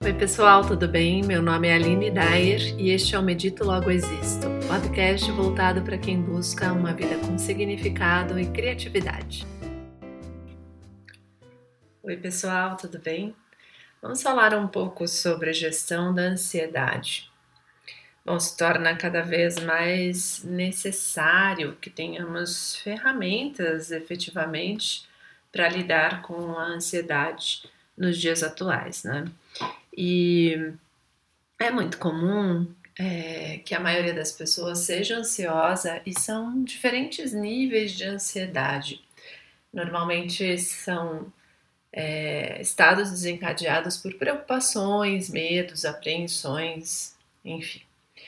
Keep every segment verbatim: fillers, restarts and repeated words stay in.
Oi pessoal, tudo bem? Meu nome é Aline Dyer e este é o Medito Logo Existo, podcast voltado para quem busca uma vida com significado e criatividade. Oi pessoal, tudo bem? Vamos falar um pouco sobre gestão da ansiedade. Bom, se torna cada vez mais necessário que tenhamos ferramentas efetivamente para lidar com a ansiedade nos dias atuais, né? E é muito comum é, que a maioria das pessoas seja ansiosa e são diferentes níveis de ansiedade. Normalmente são é, estados desencadeados por preocupações, medos, apreensões, enfim.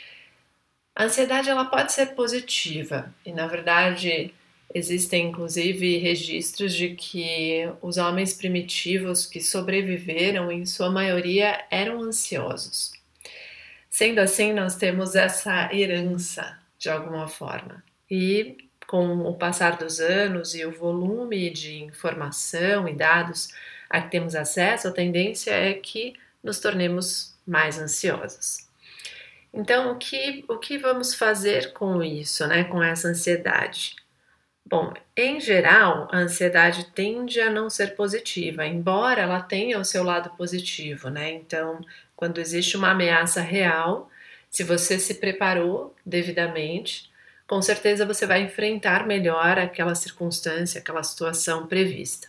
A ansiedade ela pode ser positiva e, na verdade, existem inclusive registros de que os homens primitivos que sobreviveram, em sua maioria, eram ansiosos. Sendo assim, nós temos essa herança, de alguma forma. E com o passar dos anos e o volume de informação e dados a que temos acesso, a tendência é que nos tornemos mais ansiosos. Então, o que, o que vamos fazer com isso, né, com essa ansiedade? Bom, em geral, a ansiedade tende a não ser positiva, embora ela tenha o seu lado positivo, né? Então, quando existe uma ameaça real, se você se preparou devidamente, com certeza você vai enfrentar melhor aquela circunstância, aquela situação prevista.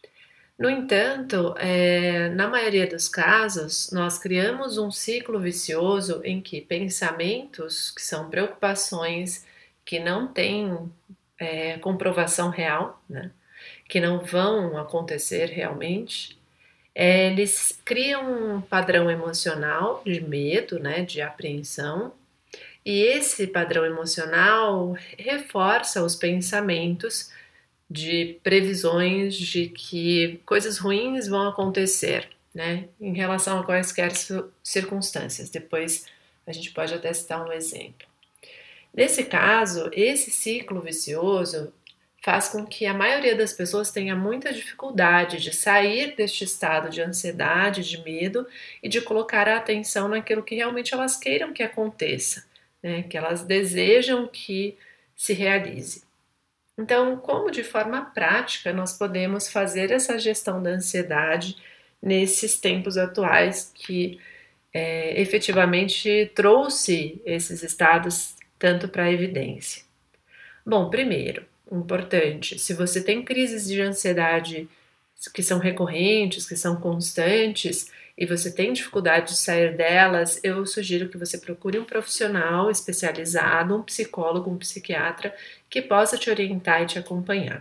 No entanto, é, na maioria dos casos, nós criamos um ciclo vicioso em que pensamentos, que são preocupações que não têm é, comprovação real, né, que não vão acontecer realmente, é, eles criam um padrão emocional de medo, né, de apreensão, e esse padrão emocional reforça os pensamentos de previsões de que coisas ruins vão acontecer, né, em relação a quaisquer circunstâncias. Depois a gente pode até citar um exemplo. Nesse caso, esse ciclo vicioso faz com que a maioria das pessoas tenha muita dificuldade de sair deste estado de ansiedade, de medo e de colocar a atenção naquilo que realmente elas queiram que aconteça, né, que elas desejam que se realize. Então, como de forma prática nós podemos fazer essa gestão da ansiedade nesses tempos atuais que é, efetivamente trouxe esses estados tanto para a evidência? Bom, primeiro, importante, se você tem crises de ansiedade que são recorrentes, que são constantes, e você tem dificuldade de sair delas, eu sugiro que você procure um profissional especializado, um psicólogo, um psiquiatra, que possa te orientar e te acompanhar.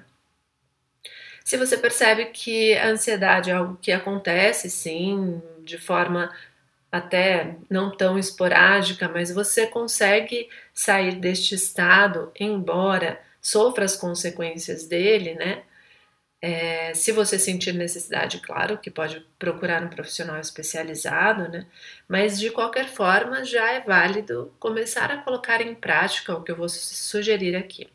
Se você percebe que a ansiedade é algo que acontece, sim, de forma até não tão esporádica, mas você consegue sair deste estado, embora sofra as consequências dele, né? É, se você sentir necessidade, claro, que pode procurar um profissional especializado, né? Mas de qualquer forma já é válido começar a colocar em prática o que eu vou sugerir aqui.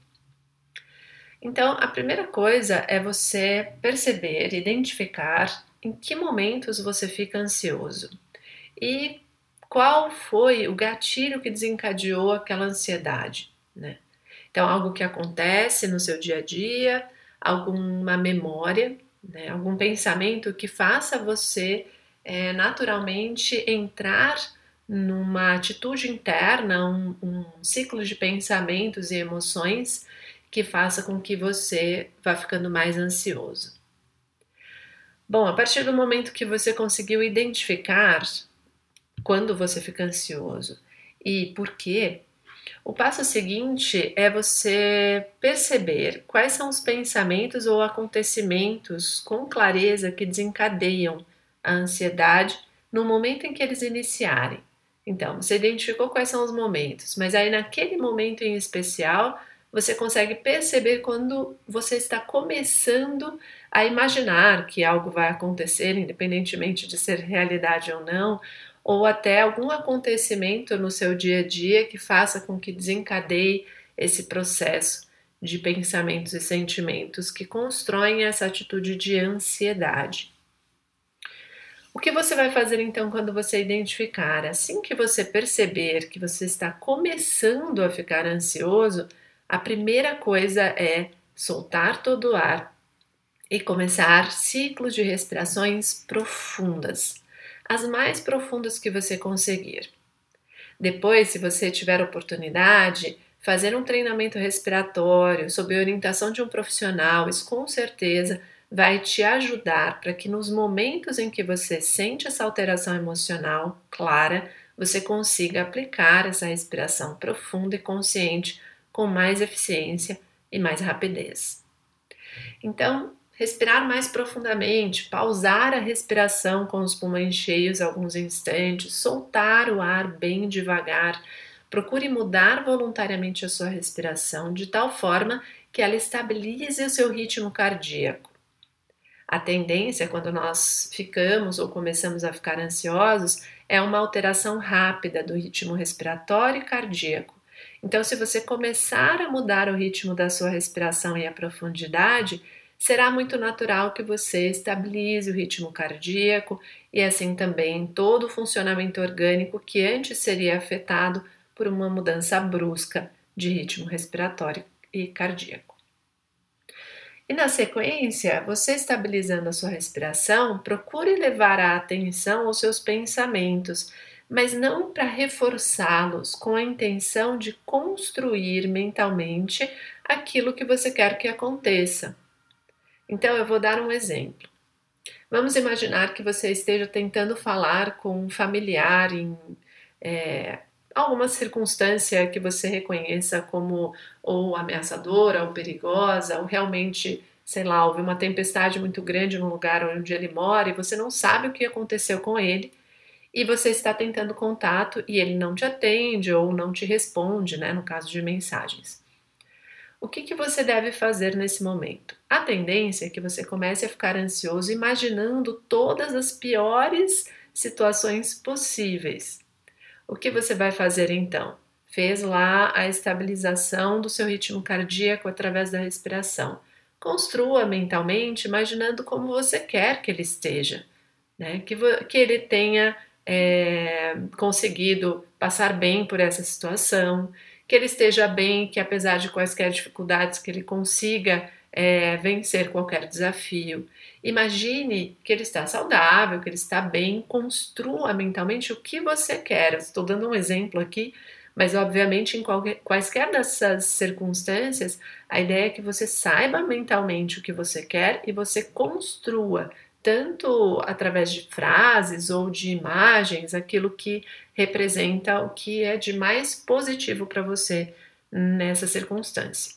Então, a primeira coisa é você perceber, identificar em que momentos você fica ansioso e qual foi o gatilho que desencadeou aquela ansiedade, né? Então, algo que acontece no seu dia a dia, alguma memória, né? Algum pensamento que faça você é, naturalmente entrar numa atitude interna, um, um ciclo de pensamentos e emoções que faça com que você vá ficando mais ansioso. Bom, a partir do momento que você conseguiu identificar quando você fica ansioso e por quê, o passo seguinte é você perceber quais são os pensamentos ou acontecimentos com clareza que desencadeiam a ansiedade no momento em que eles iniciarem. Então, você identificou quais são os momentos, mas aí naquele momento em especial, você consegue perceber quando você está começando a imaginar que algo vai acontecer, independentemente de ser realidade ou não, ou até algum acontecimento no seu dia a dia que faça com que desencadeie esse processo de pensamentos e sentimentos que constroem essa atitude de ansiedade. O que você vai fazer então quando você identificar? Assim que você perceber que você está começando a ficar ansioso, a primeira coisa é soltar todo o ar e começar ciclos de respirações profundas, as mais profundas que você conseguir. Depois, se você tiver oportunidade, fazer um treinamento respiratório sob orientação de um profissional, isso com certeza vai te ajudar para que nos momentos em que você sente essa alteração emocional clara, você consiga aplicar essa respiração profunda e consciente com mais eficiência e mais rapidez. Então, respirar mais profundamente, pausar a respiração com os pulmões cheios alguns instantes, soltar o ar bem devagar. Procure mudar voluntariamente a sua respiração de tal forma que ela estabilize o seu ritmo cardíaco. A tendência, quando nós ficamos ou começamos a ficar ansiosos, é uma alteração rápida do ritmo respiratório e cardíaco. Então, se você começar a mudar o ritmo da sua respiração e a profundidade, será muito natural que você estabilize o ritmo cardíaco e assim também todo o funcionamento orgânico que antes seria afetado por uma mudança brusca de ritmo respiratório e cardíaco. E na sequência, você estabilizando a sua respiração, procure levar a atenção aos seus pensamentos, mas não para reforçá-los, com a intenção de construir mentalmente aquilo que você quer que aconteça. Então, eu vou dar um exemplo. Vamos imaginar que você esteja tentando falar com um familiar em é, alguma circunstância que você reconheça como ou ameaçadora, ou perigosa, ou realmente, sei lá, houve uma tempestade muito grande no lugar onde ele mora e você não sabe o que aconteceu com ele e você está tentando contato e ele não te atende ou não te responde, né, no caso de mensagens. O que, que você deve fazer nesse momento? A tendência é que você comece a ficar ansioso imaginando todas as piores situações possíveis. O que você vai fazer então? Fez lá a estabilização do seu ritmo cardíaco através da respiração. Construa mentalmente imaginando como você quer que ele esteja, né? que, que ele tenha é, conseguido passar bem por essa situação, que ele esteja bem, que apesar de quaisquer dificuldades, que ele consiga é, vencer qualquer desafio. Imagine que ele está saudável, que ele está bem, construa mentalmente o que você quer. Estou dando um exemplo aqui, mas obviamente em qualquer, quaisquer dessas circunstâncias, a ideia é que você saiba mentalmente o que você quer e você construa, tanto através de frases ou de imagens, aquilo que representa o que é de mais positivo para você nessa circunstância.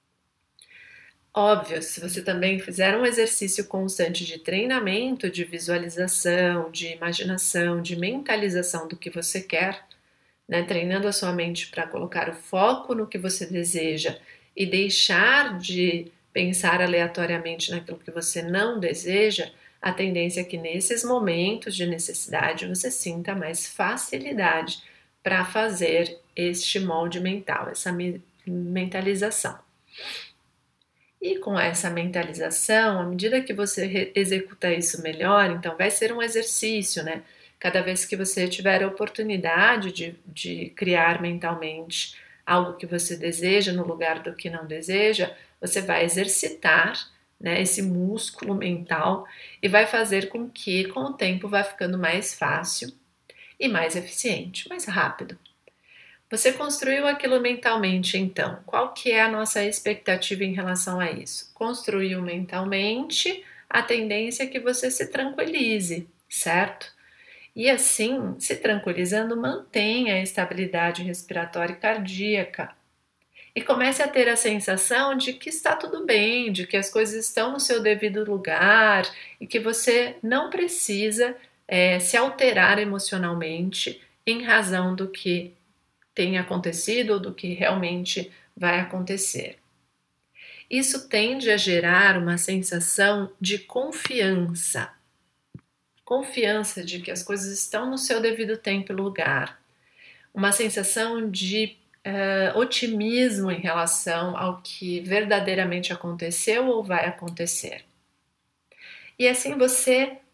Óbvio, se você também fizer um exercício constante de treinamento, de visualização, de imaginação, de mentalização do que você quer, né, treinando a sua mente para colocar o foco no que você deseja e deixar de pensar aleatoriamente naquilo que você não deseja, a tendência é que nesses momentos de necessidade você sinta mais facilidade para fazer este molde mental, essa mentalização. E com essa mentalização, à medida que você executa isso melhor, então vai ser um exercício, né? Cada vez que você tiver a oportunidade de, de criar mentalmente algo que você deseja no lugar do que não deseja, você vai exercitar, né, esse músculo mental e vai fazer com que, com o tempo, vá ficando mais fácil e mais eficiente, mais rápido. Você construiu aquilo mentalmente, então. Qual que é a nossa expectativa em relação a isso? Construiu mentalmente, a tendência é que você se tranquilize, certo? E assim, se tranquilizando, mantenha a estabilidade respiratória e cardíaca. E comece a ter a sensação de que está tudo bem, de que as coisas estão no seu devido lugar e que você não precisa é, se alterar emocionalmente em razão do que tem acontecido ou do que realmente vai acontecer. Isso tende a gerar uma sensação de confiança. Confiança de que as coisas estão no seu devido tempo e lugar. Uma sensação de uh, otimismo em relação ao que verdadeiramente aconteceu ou vai acontecer. E assim você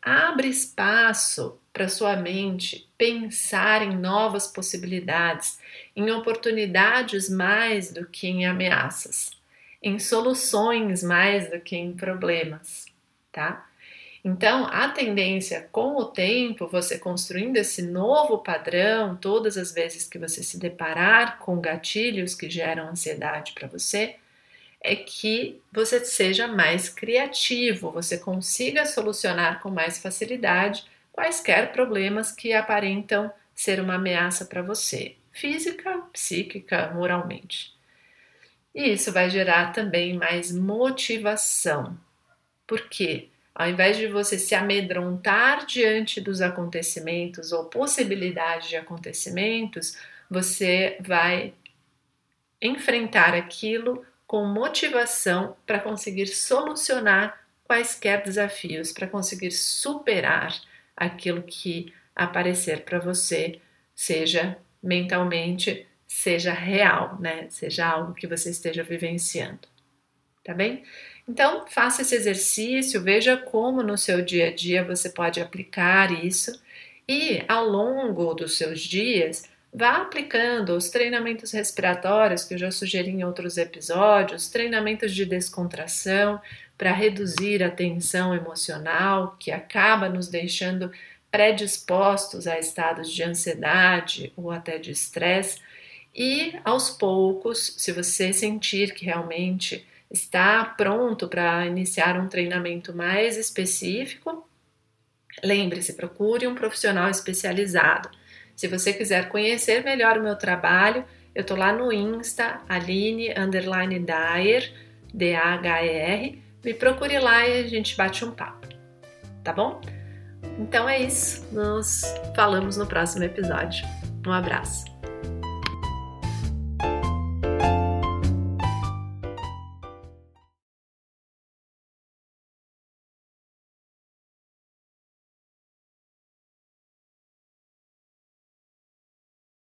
abre espaço para sua mente pensar em novas possibilidades, em oportunidades mais do que em ameaças, em soluções mais do que em problemas, tá? Então, a tendência com o tempo, você construindo esse novo padrão, todas as vezes que você se deparar com gatilhos que geram ansiedade para você, é que você seja mais criativo, você consiga solucionar com mais facilidade quaisquer problemas que aparentam ser uma ameaça para você, física, psíquica, moralmente. E isso vai gerar também mais motivação. Por quê? Ao invés de você se amedrontar diante dos acontecimentos ou possibilidade de acontecimentos, você vai enfrentar aquilo com motivação para conseguir solucionar quaisquer desafios, para conseguir superar aquilo que aparecer para você, seja mentalmente, seja real, né? Seja algo que você esteja vivenciando. Tá bem? Então, faça esse exercício, veja como no seu dia a dia você pode aplicar isso e ao longo dos seus dias vá aplicando os treinamentos respiratórios que eu já sugeri em outros episódios, treinamentos de descontração para reduzir a tensão emocional que acaba nos deixando predispostos a estados de ansiedade ou até de estresse. E aos poucos, se você sentir que realmente está pronto para iniciar um treinamento mais específico, lembre-se, procure um profissional especializado. Se você quiser conhecer melhor o meu trabalho, eu estou lá no Insta, Aline underline Daher, D A H E R, me procure lá e a gente bate um papo, tá bom? Então é isso, nos falamos no próximo episódio. Um abraço!